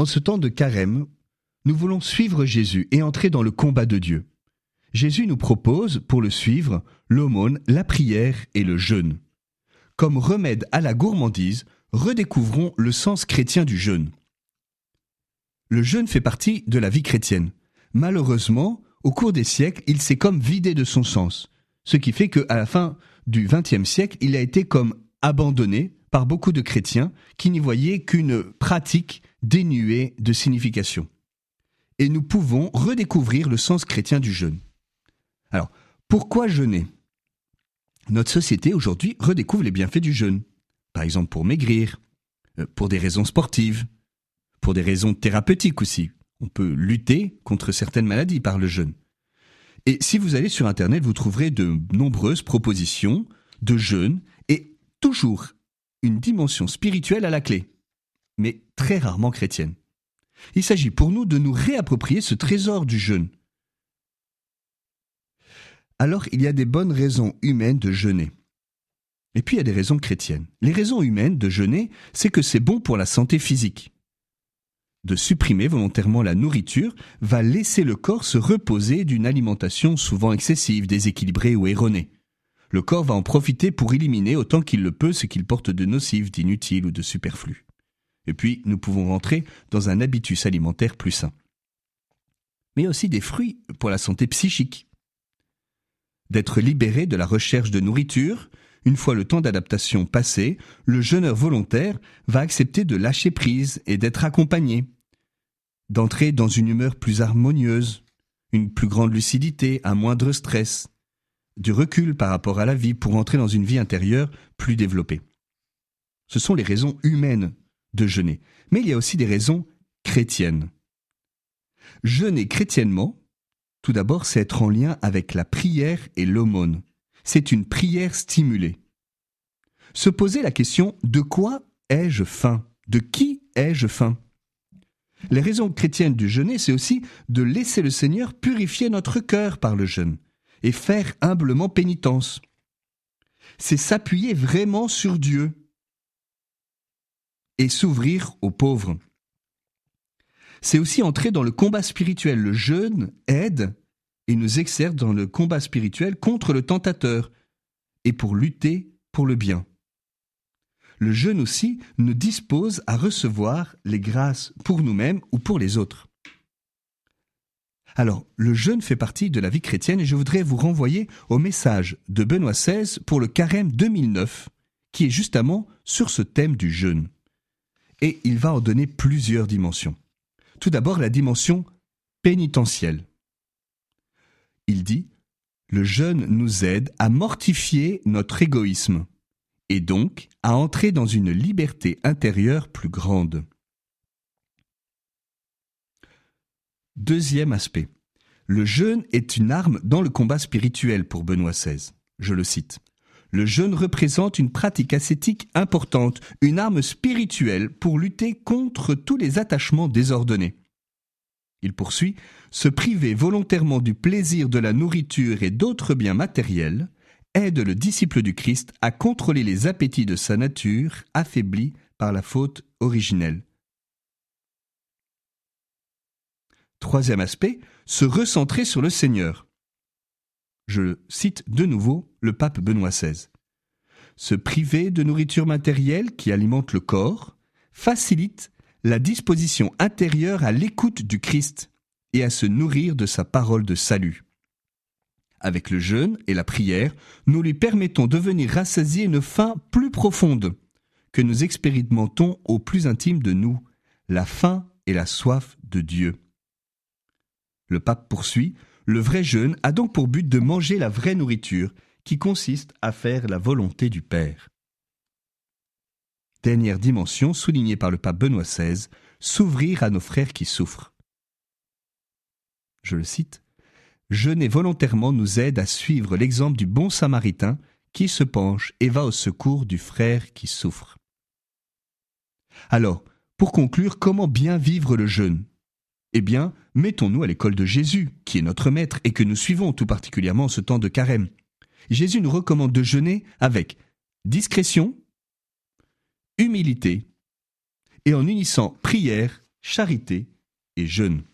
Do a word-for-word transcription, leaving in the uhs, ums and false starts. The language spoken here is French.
En ce temps de carême, nous voulons suivre Jésus et entrer dans le combat de Dieu. Jésus nous propose, pour le suivre, l'aumône, la prière et le jeûne. Comme remède à la gourmandise, redécouvrons le sens chrétien du jeûne. Le jeûne fait partie de la vie chrétienne. Malheureusement, au cours des siècles, il s'est comme vidé de son sens, ce qui fait qu'à la fin du vingtième siècle, il a été comme abandonné par beaucoup de chrétiens qui n'y voyaient qu'une pratique dénuée de signification. Et nous pouvons redécouvrir le sens chrétien du jeûne. Alors, pourquoi jeûner ? Notre société aujourd'hui redécouvre les bienfaits du jeûne. Par exemple pour maigrir, pour des raisons sportives, pour des raisons thérapeutiques aussi. On peut lutter contre certaines maladies par le jeûne. Et si vous allez sur Internet, vous trouverez de nombreuses propositions de jeûne et toujours une dimension spirituelle à la clé, mais très rarement chrétienne. Il s'agit pour nous de nous réapproprier ce trésor du jeûne. Alors, il y a des bonnes raisons humaines de jeûner. Et puis, il y a des raisons chrétiennes. Les raisons humaines de jeûner, c'est que c'est bon pour la santé physique. De supprimer volontairement la nourriture va laisser le corps se reposer d'une alimentation souvent excessive, déséquilibrée ou erronée. Le corps va en profiter pour éliminer autant qu'il le peut ce qu'il porte de nocif, d'inutile ou de superflu. Et puis, nous pouvons rentrer dans un habitus alimentaire plus sain. Mais il y a aussi des fruits pour la santé psychique. D'être libéré de la recherche de nourriture, une fois le temps d'adaptation passé, le jeûneur volontaire va accepter de lâcher prise et d'être accompagné, d'entrer dans une humeur plus harmonieuse, une plus grande lucidité, un moindre stress, du recul par rapport à la vie pour entrer dans une vie intérieure plus développée. Ce sont les raisons humaines de jeûner, mais il y a aussi des raisons chrétiennes. Jeûner chrétiennement, tout d'abord, c'est être en lien avec la prière et l'aumône. C'est une prière stimulée. Se poser la question « De quoi ai-je faim ? De qui ai-je faim ?» Les raisons chrétiennes du jeûner, c'est aussi de laisser le Seigneur purifier notre cœur par le jeûne et faire humblement pénitence. C'est s'appuyer vraiment sur Dieu et s'ouvrir aux pauvres. C'est aussi entrer dans le combat spirituel. Le jeûne aide et nous exerce dans le combat spirituel contre le tentateur et pour lutter pour le bien. Le jeûne aussi nous dispose à recevoir les grâces pour nous-mêmes ou pour les autres. Alors, le jeûne fait partie de la vie chrétienne et je voudrais vous renvoyer au message de Benoît seize pour le carême deux mille neuf, qui est justement sur ce thème du jeûne. Et il va en donner plusieurs dimensions. Tout d'abord, la dimension pénitentielle. Il dit « Le jeûne nous aide à mortifier notre égoïsme et donc à entrer dans une liberté intérieure plus grande. » Deuxième aspect. Le jeûne est une arme dans le combat spirituel pour Benoît seize. Je le cite. « Le jeûne représente une pratique ascétique importante, une arme spirituelle pour lutter contre tous les attachements désordonnés. » Il poursuit « Se priver volontairement du plaisir de la nourriture et d'autres biens matériels aide le disciple du Christ à contrôler les appétits de sa nature affaiblie par la faute originelle. » Troisième aspect, se recentrer sur le Seigneur. Je cite de nouveau le pape Benoît seize. Se priver de nourriture matérielle qui alimente le corps facilite la disposition intérieure à l'écoute du Christ et à se nourrir de sa parole de salut. Avec le jeûne et la prière, nous lui permettons de venir rassasier une faim plus profonde que nous expérimentons au plus intime de nous, la faim et la soif de Dieu. Le pape poursuit, le vrai jeûne a donc pour but de manger la vraie nourriture qui consiste à faire la volonté du Père. Dernière dimension soulignée par le pape Benoît seize, s'ouvrir à nos frères qui souffrent. Je le cite, « Jeûner volontairement nous aide à suivre l'exemple du bon samaritain qui se penche et va au secours du frère qui souffre. » Alors, pour conclure, comment bien vivre le jeûne ? Eh bien, mettons-nous à l'école de Jésus, qui est notre maître et que nous suivons tout particulièrement en ce temps de carême. Jésus nous recommande de jeûner avec discrétion, humilité et en unissant prière charité et jeûne.